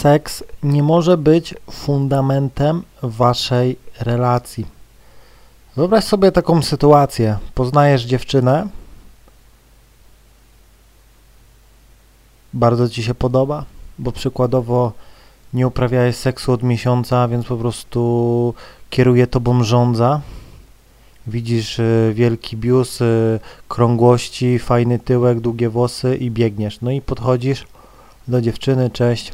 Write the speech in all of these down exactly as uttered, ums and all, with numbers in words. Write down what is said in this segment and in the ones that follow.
seks nie może być fundamentem waszej relacji. Wyobraź sobie taką sytuację. Poznajesz dziewczynę, bardzo ci się podoba, bo przykładowo nie uprawiałeś seksu od miesiąca, więc po prostu kieruje tobą żądza. Widzisz y, wielki biust, y, krągłości, fajny tyłek, długie włosy i biegniesz. No i podchodzisz do dziewczyny, cześć,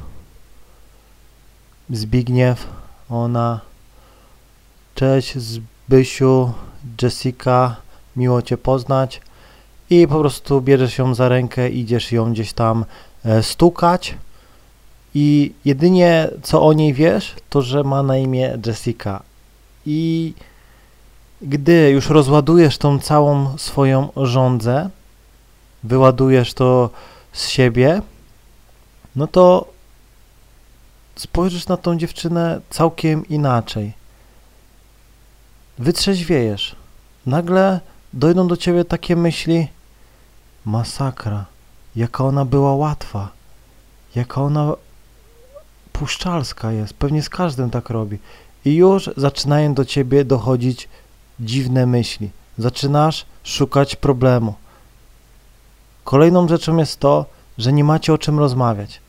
Zbigniew, ona, cześć Zbysiu, Jessica, miło cię poznać i po prostu bierzesz ją za rękę, idziesz ją gdzieś tam e, stukać i jedynie co o niej wiesz, to że ma na imię Jessica i gdy już rozładujesz tą całą swoją żądzę, wyładujesz to z siebie, no to spojrzysz na tą dziewczynę całkiem inaczej. Wytrzeźwiejesz. Nagle dojdą do ciebie takie myśli, masakra, jaka ona była łatwa, jaka ona puszczalska jest, pewnie z każdym tak robi. I już zaczynają do ciebie dochodzić dziwne myśli. Zaczynasz szukać problemu. Kolejną rzeczą jest to, że nie macie o czym rozmawiać.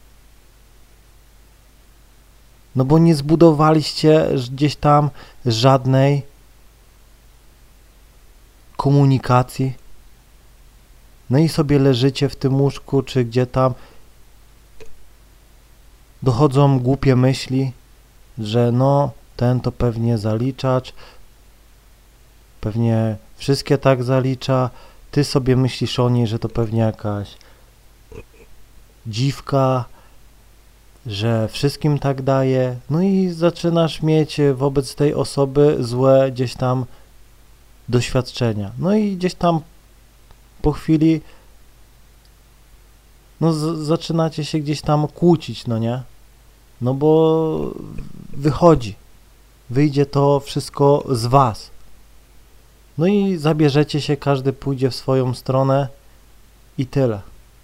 No bo nie zbudowaliście gdzieś tam żadnej komunikacji. No i sobie leżycie w tym łóżku, czy gdzie tam. Dochodzą głupie myśli, że no, ten to pewnie zaliczacz, pewnie wszystkie tak zalicza, ty sobie myślisz o niej, że to pewnie jakaś dziwka, że wszystkim tak daje, no i zaczynasz mieć wobec tej osoby złe gdzieś tam doświadczenia. No i gdzieś tam po chwili no z- zaczynacie się gdzieś tam kłócić, no nie? No bo wychodzi, wyjdzie to wszystko z was. No i zabierzecie się, każdy pójdzie w swoją stronę i tyle.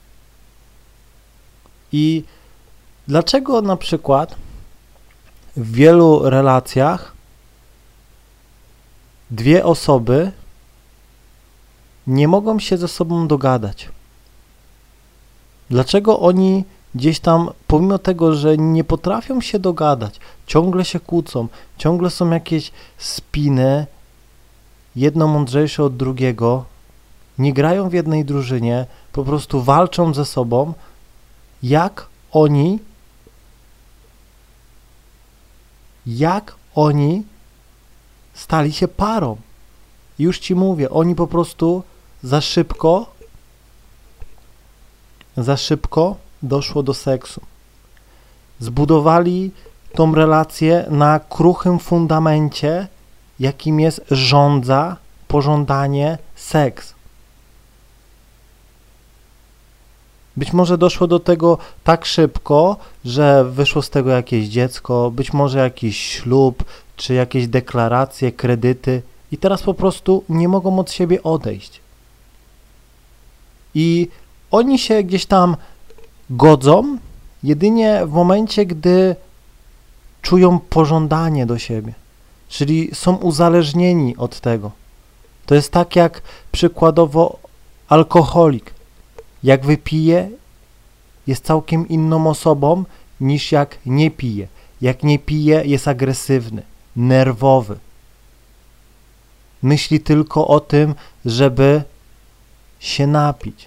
I dlaczego na przykład w wielu relacjach dwie osoby nie mogą się ze sobą dogadać? Dlaczego oni gdzieś tam, pomimo tego, że nie potrafią się dogadać, ciągle się kłócą, ciągle są jakieś spiny, jedno mądrzejsze od drugiego, nie grają w jednej drużynie, po prostu walczą ze sobą, jak oni jak oni stali się parą. Już ci mówię, oni po prostu za szybko za szybko doszło do seksu. Zbudowali tą relację na kruchym fundamencie, jakim jest żądza, pożądanie, seks. Być może doszło do tego tak szybko, że wyszło z tego jakieś dziecko, być może jakiś ślub, czy jakieś deklaracje, kredyty i teraz po prostu nie mogą od siebie odejść. I oni się gdzieś tam godzą jedynie w momencie, gdy czują pożądanie do siebie, czyli są uzależnieni od tego. To jest tak jak przykładowo alkoholik. Jak wypije, jest całkiem inną osobą niż jak nie pije. Jak nie pije, jest agresywny, nerwowy. Myśli tylko o tym, żeby się napić.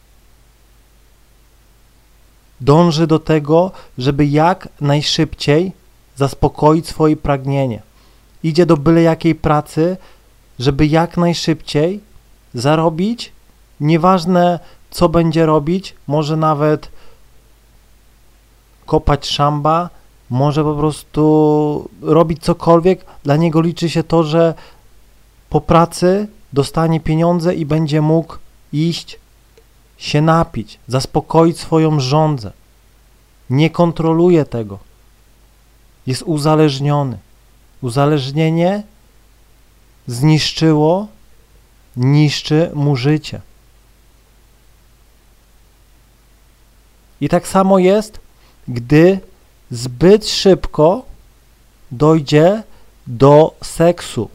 Dąży do tego, żeby jak najszybciej zaspokoić swoje pragnienie. Idzie do byle jakiej pracy, żeby jak najszybciej zarobić, nieważne co będzie robić, może nawet kopać szamba, może po prostu robić cokolwiek. Dla niego liczy się to, że po pracy dostanie pieniądze i będzie mógł iść się napić, zaspokoić swoją żądzę. Nie kontroluje tego. Jest uzależniony. Uzależnienie zniszczyło, niszczy mu życie. I tak samo jest, gdy zbyt szybko dojdzie do seksu.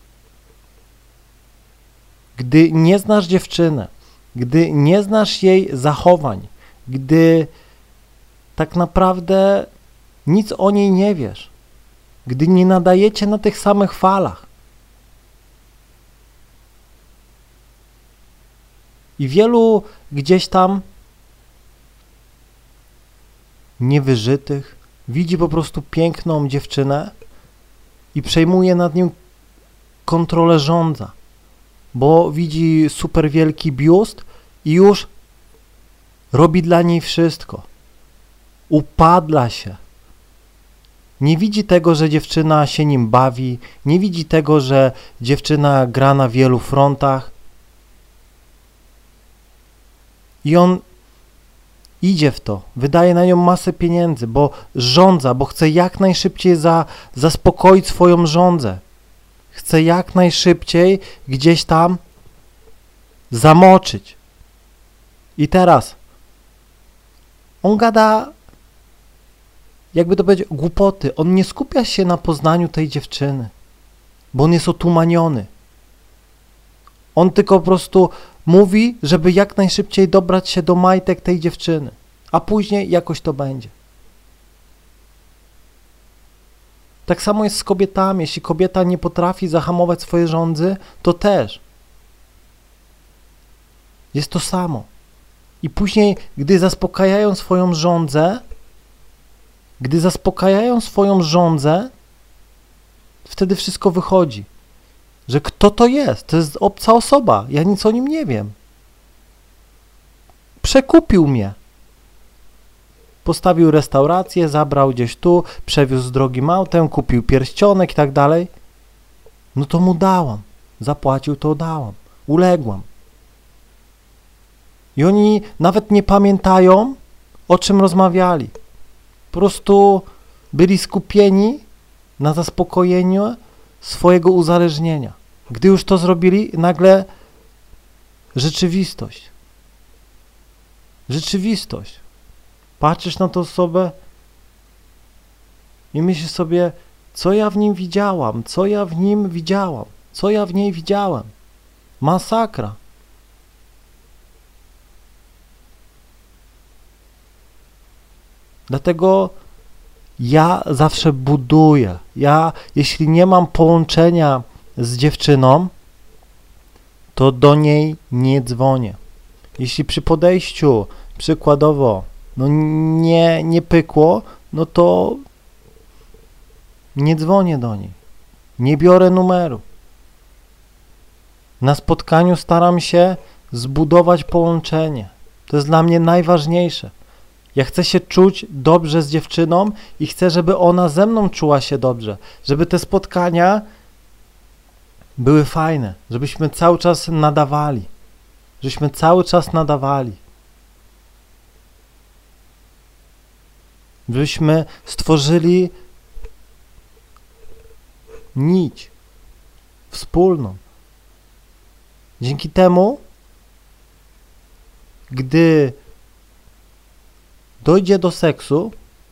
Gdy nie znasz dziewczyny, gdy nie znasz jej zachowań, gdy tak naprawdę nic o niej nie wiesz, gdy nie nadajecie na tych samych falach. I wielu gdzieś tam niewyżytych widzi po prostu piękną dziewczynę i przejmuje nad nią kontrolę rządza, bo widzi super wielki biust i już robi dla niej wszystko. Upadla się. Nie widzi tego, że dziewczyna się nim bawi, nie widzi tego, że dziewczyna gra na wielu frontach. I on idzie w to, wydaje na nią masę pieniędzy, bo żądza, bo chce jak najszybciej za, zaspokoić swoją żądzę. Chce jak najszybciej gdzieś tam zamoczyć. I teraz on gada, jakby to powiedzieć, głupoty. On nie skupia się na poznaniu tej dziewczyny, bo on jest otumaniony. On tylko po prostu mówi, żeby jak najszybciej dobrać się do majtek tej dziewczyny, a później jakoś to będzie. Tak samo jest z kobietami. Jeśli kobieta nie potrafi zahamować swojej żądzy, to też jest to samo. I później, gdy zaspokajają swoją żądzę, gdy zaspokajają swoją żądzę, wtedy wszystko wychodzi. Że kto to jest? To jest obca osoba. Ja nic o nim nie wiem. Przekupił mnie. Postawił restaurację, zabrał gdzieś tu, przewiózł drogim autem, kupił pierścionek i tak dalej. No to mu dałam. Zapłacił, to dałam. Uległam. I oni nawet nie pamiętają, o czym rozmawiali. Po prostu byli skupieni na zaspokojeniu swojego uzależnienia. Gdy już to zrobili, nagle rzeczywistość. Rzeczywistość. Patrzysz na tę osobę i myślisz sobie, co ja w nim widziałam, co ja w nim widziałam, co ja w niej widziałem. Masakra. Dlatego ja zawsze buduję. Ja, jeśli nie mam połączenia z dziewczyną, to do niej nie dzwonię. Jeśli przy podejściu przykładowo no nie, nie pykło, no to nie dzwonię do niej. Nie biorę numeru. Na spotkaniu staram się zbudować połączenie. To jest dla mnie najważniejsze. Ja chcę się czuć dobrze z dziewczyną i chcę, żeby ona ze mną czuła się dobrze. Żeby te spotkania były fajne. Żebyśmy cały czas nadawali. Żebyśmy cały czas nadawali. Żebyśmy stworzyli nić wspólną. Dzięki temu, gdy dojdzie do seksu,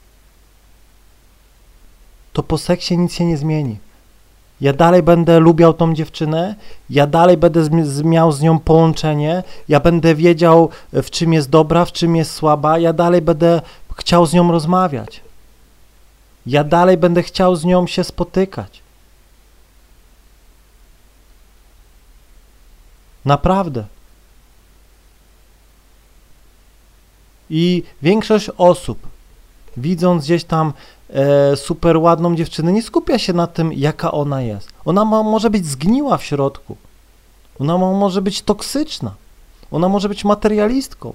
to po seksie nic się nie zmieni. Ja dalej będę lubiał tą dziewczynę, ja dalej będę z, miał z nią połączenie, ja będę wiedział, w czym jest dobra, w czym jest słaba, ja dalej będę chciał z nią rozmawiać. Ja dalej będę chciał z nią się spotykać. Naprawdę. I większość osób, widząc gdzieś tam e, super ładną dziewczynę, nie skupia się na tym, jaka ona jest. Ona ma, może być zgniła w środku. Ona ma, może być toksyczna. Ona może być materialistką.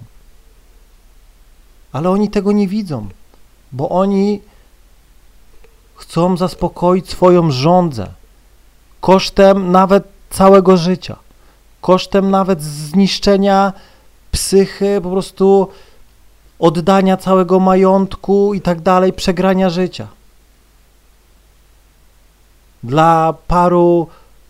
Ale oni tego nie widzą, bo oni chcą zaspokoić swoją żądzę kosztem nawet całego życia, kosztem nawet zniszczenia psychy, po prostu oddania całego majątku i tak dalej, przegrania życia. Dla paru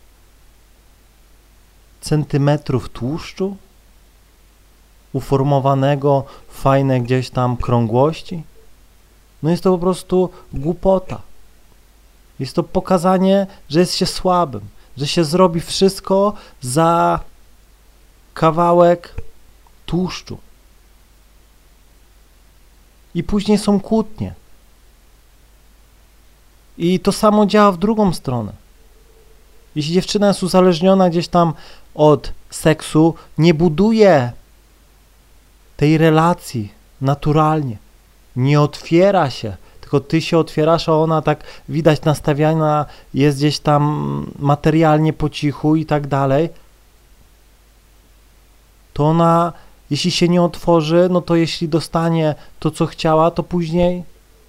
centymetrów tłuszczu, uformowanego w fajne gdzieś tam krągłości. No jest to po prostu głupota. Jest to pokazanie, że jest się słabym, że się zrobi wszystko za kawałek tłuszczu. I później są kłótnie. I to samo działa w drugą stronę. Jeśli dziewczyna jest uzależniona gdzieś tam od seksu, nie buduje tej relacji naturalnie. Nie otwiera się, tylko ty się otwierasz, a ona tak widać nastawiona jest gdzieś tam materialnie po cichu i tak dalej. To ona, jeśli się nie otworzy, no to jeśli dostanie to, co chciała, to później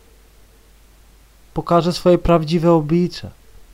pokaże swoje prawdziwe oblicze.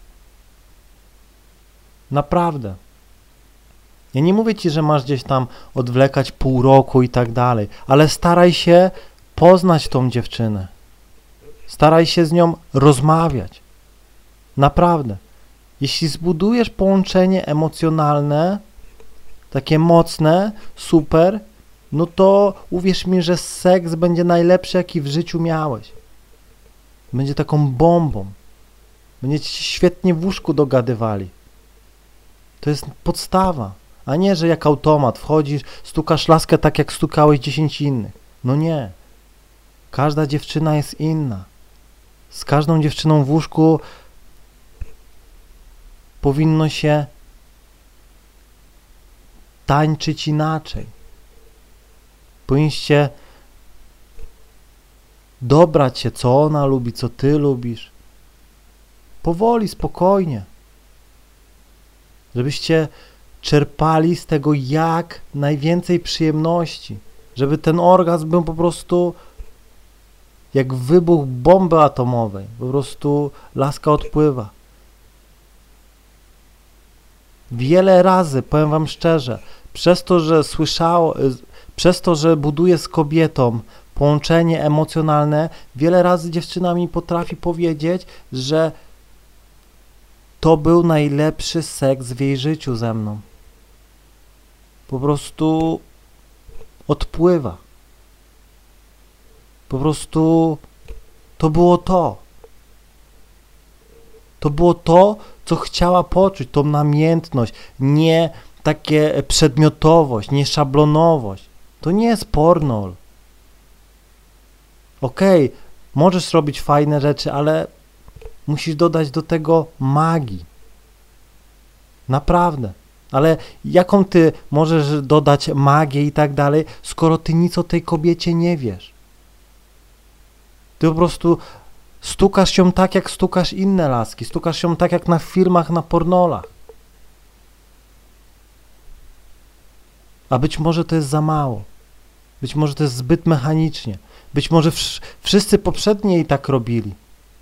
Naprawdę. Ja nie mówię ci, że masz gdzieś tam odwlekać pół roku i tak dalej, ale staraj się poznać tą dziewczynę. Staraj się z nią rozmawiać. Naprawdę. Jeśli zbudujesz połączenie emocjonalne, takie mocne, super, no to uwierz mi, że seks będzie najlepszy, jaki w życiu miałeś. Będzie taką bombą. Będziecie się świetnie w łóżku dogadywali. To jest podstawa, a nie, że jak automat wchodzisz, stukasz laskę tak, jak stukałeś dziesięć innych. No nie. Każda dziewczyna jest inna. Z każdą dziewczyną w łóżku powinno się tańczyć inaczej. Powinniście dobrać się, co ona lubi, co ty lubisz. Powoli, spokojnie. Żebyście czerpali z tego jak najwięcej przyjemności. Żeby ten orgazm był po prostu jak wybuch bomby atomowej. Po prostu laska odpływa. Wiele razy, powiem wam szczerze, przez to, że słyszało, przez to, że buduję z kobietą połączenie emocjonalne, wiele razy dziewczyna mi potrafi powiedzieć, że to był najlepszy seks w jej życiu ze mną. Po prostu odpływa. Po prostu to było to. To było to, co chciała poczuć, tą namiętność, nie takie przedmiotowość, nie szablonowość. To nie jest pornol. Okej, okay, możesz robić fajne rzeczy, ale musisz dodać do tego magii. Naprawdę. Ale jaką ty możesz dodać magię i tak dalej, skoro ty nic o tej kobiecie nie wiesz? Ty po prostu stukasz ją tak, jak stukasz inne laski. Stukasz ją tak, jak na filmach, na pornolach. A być może to jest za mało. Być może to jest zbyt mechanicznie. Być może wsz- wszyscy poprzedni jej tak robili.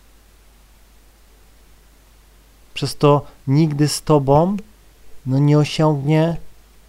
Przez to nigdy z tobą no nie osiągnie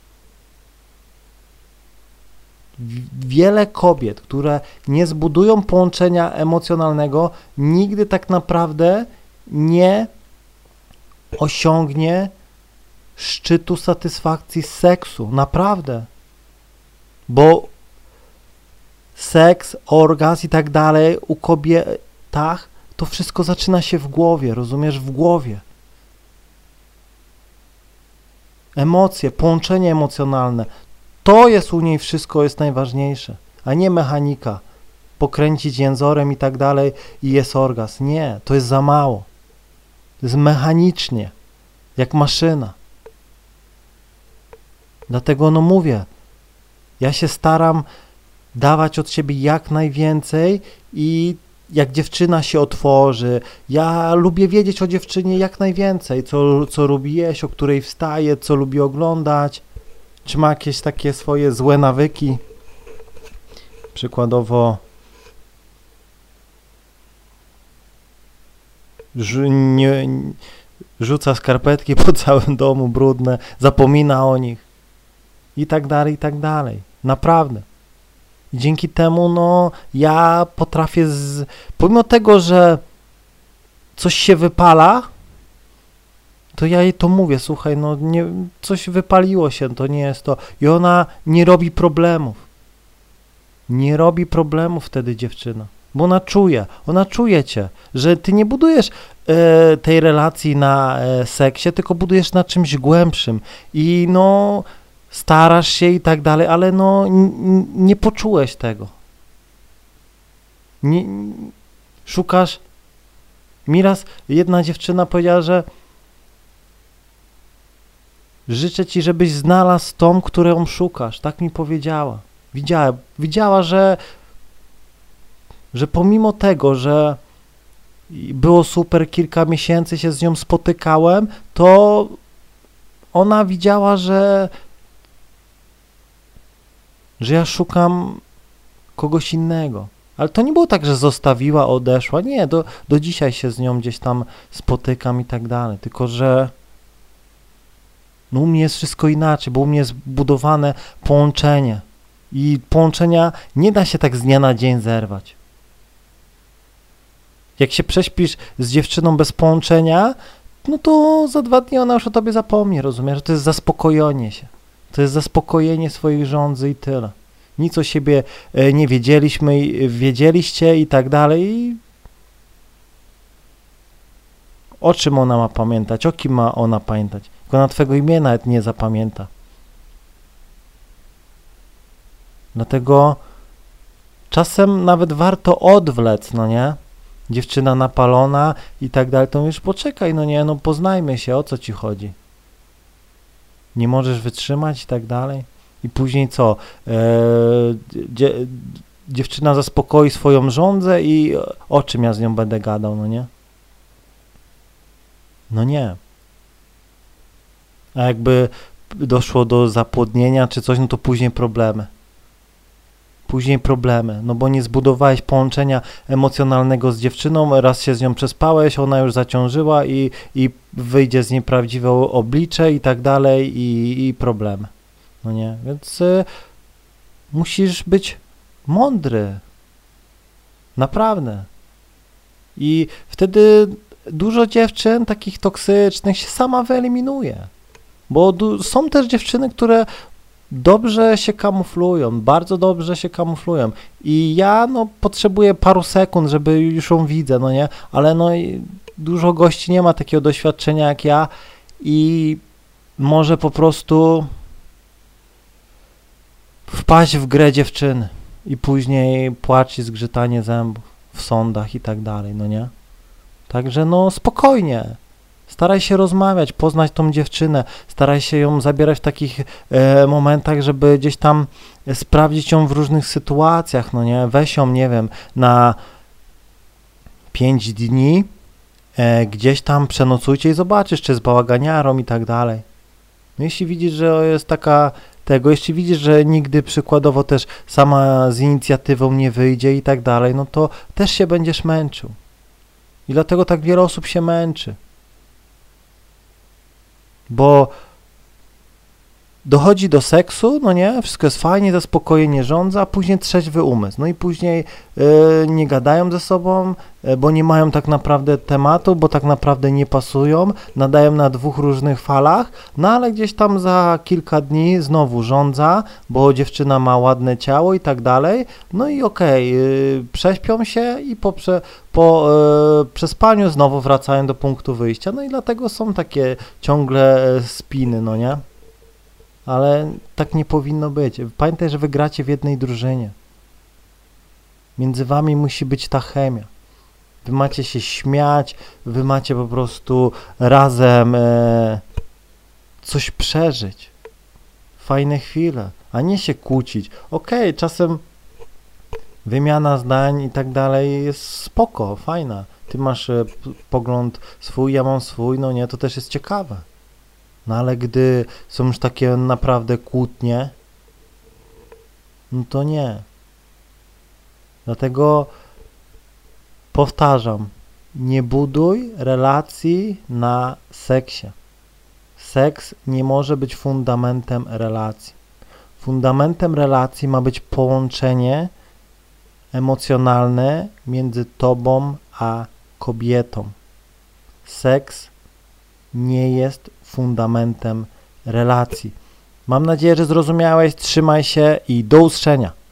wiele kobiet, które nie zbudują połączenia emocjonalnego, nigdy tak naprawdę nie osiągnie szczytu satysfakcji z seksu. Naprawdę. Bo seks, orgazm i tak dalej u kobietach to wszystko zaczyna się w głowie, rozumiesz? W głowie. Emocje, połączenie emocjonalne. To jest u niej wszystko jest najważniejsze, a nie mechanika. Pokręcić jęzorem i tak dalej i jest orgazm. Nie, to jest za mało. To jest mechanicznie, jak maszyna. Dlatego no mówię, ja się staram dawać od siebie jak najwięcej i jak dziewczyna się otworzy, ja lubię wiedzieć o dziewczynie jak najwięcej, co, co lubi jeść, o której wstaje, co lubi oglądać, czy ma jakieś takie swoje złe nawyki. Przykładowo rzu- nie, rzuca skarpetki po całym domu brudne, zapomina o nich i tak dalej, i tak dalej. Naprawdę. I dzięki temu, no, ja potrafię, z... pomimo tego, że coś się wypala, to ja jej to mówię, słuchaj, no, nie, coś wypaliło się, to nie jest to. I ona nie robi problemów. Nie robi problemów wtedy dziewczyna, bo ona czuje, ona czuje cię, że ty nie budujesz e, tej relacji na e, seksie, tylko budujesz na czymś głębszym i no starasz się i tak dalej, ale no n- nie poczułeś tego. Nie, szukasz. Mi raz jedna dziewczyna powiedziała, że życzę ci, żebyś znalazł tą, którą szukasz. Tak mi powiedziała. Widziała, widziała, że że pomimo tego, że było super, kilka miesięcy się z nią spotykałem, to ona widziała, że że ja szukam kogoś innego. Ale to nie było tak, że zostawiła, odeszła. Nie, do, do dzisiaj się z nią gdzieś tam spotykam i tak dalej. Tylko, że no u mnie jest wszystko inaczej, bo u mnie jest budowane połączenie. I połączenia nie da się tak z dnia na dzień zerwać. Jak się prześpisz z dziewczyną bez połączenia, no to za dwa dni ona już o tobie zapomni, rozumiesz? To jest zaspokojenie się. To jest zaspokojenie swoich żądzy i tyle. Nic o siebie nie wiedzieliśmy, wiedzieliście i tak dalej. O czym ona ma pamiętać? O kim ma ona pamiętać? Tylko ona twego imienia nawet nie zapamięta. Dlatego czasem nawet warto odwlec, no nie? Dziewczyna napalona i tak dalej, to już poczekaj, no nie, no poznajmy się, o co ci chodzi. Nie możesz wytrzymać i tak dalej. I później co? Eee, dzie, dziewczyna zaspokoi swoją żądzę i o czym ja z nią będę gadał, no nie? No nie. A jakby doszło do zapłodnienia czy coś, no to później problemy. Później problemy, no bo nie zbudowałeś połączenia emocjonalnego z dziewczyną, raz się z nią przespałeś, ona już zaciążyła i, i wyjdzie z niej prawdziwe oblicze i tak dalej i, i problemy. No nie, więc y, musisz być mądry. Naprawdę. I wtedy dużo dziewczyn takich toksycznych się sama wyeliminuje. Bo du- są też dziewczyny, które dobrze się kamuflują, bardzo dobrze się kamuflują i ja no potrzebuję paru sekund, żeby już ją widzę, no nie, ale no i dużo gości nie ma takiego doświadczenia jak ja i może po prostu wpaść w grę dziewczyny i później płacz i zgrzytanie zębów w sądach i tak dalej, no nie, także no spokojnie. Staraj się rozmawiać, poznać tą dziewczynę, staraj się ją zabierać w takich e, momentach, żeby gdzieś tam e, sprawdzić ją w różnych sytuacjach, no nie, weź ją, nie wiem, na pięć dni, e, gdzieś tam przenocujcie i zobaczysz, czy jest bałaganiarą i tak dalej. No jeśli widzisz, że jest taka tego, jeśli widzisz, że nigdy przykładowo też sama z inicjatywą nie wyjdzie i tak dalej, no to też się będziesz męczył. I dlatego tak wiele osób się męczy. Bo dochodzi do seksu, no nie, wszystko jest fajnie, zaspokojenie żądza, a później trzeźwy umysł. No i później y, nie gadają ze sobą, y, bo nie mają tak naprawdę tematu, bo tak naprawdę nie pasują, nadają na dwóch różnych falach, no ale gdzieś tam za kilka dni znowu żądza, bo dziewczyna ma ładne ciało i tak dalej, no i okej, okay, prześpią się i po, prze, po y, przespaniu znowu wracają do punktu wyjścia, no i dlatego są takie ciągle y, spiny, no nie? Ale tak nie powinno być. Pamiętaj, że wy gracie w jednej drużynie. Między wami musi być ta chemia. Wy macie się śmiać, wy macie po prostu razem e, coś przeżyć. Fajne chwile, a nie się kłócić. Okej, okay, czasem wymiana zdań i tak dalej jest spoko, fajna. Ty masz e, pogląd swój, ja mam swój, no nie, to też jest ciekawe. No ale gdy są już takie naprawdę kłótnie, no to nie. Dlatego powtarzam, nie buduj relacji na seksie. Seks nie może być fundamentem relacji. Fundamentem relacji ma być połączenie emocjonalne między tobą a kobietą. Seks nie jest fundamentem relacji. Mam nadzieję, że zrozumiałeś. Trzymaj się i do usłyszenia.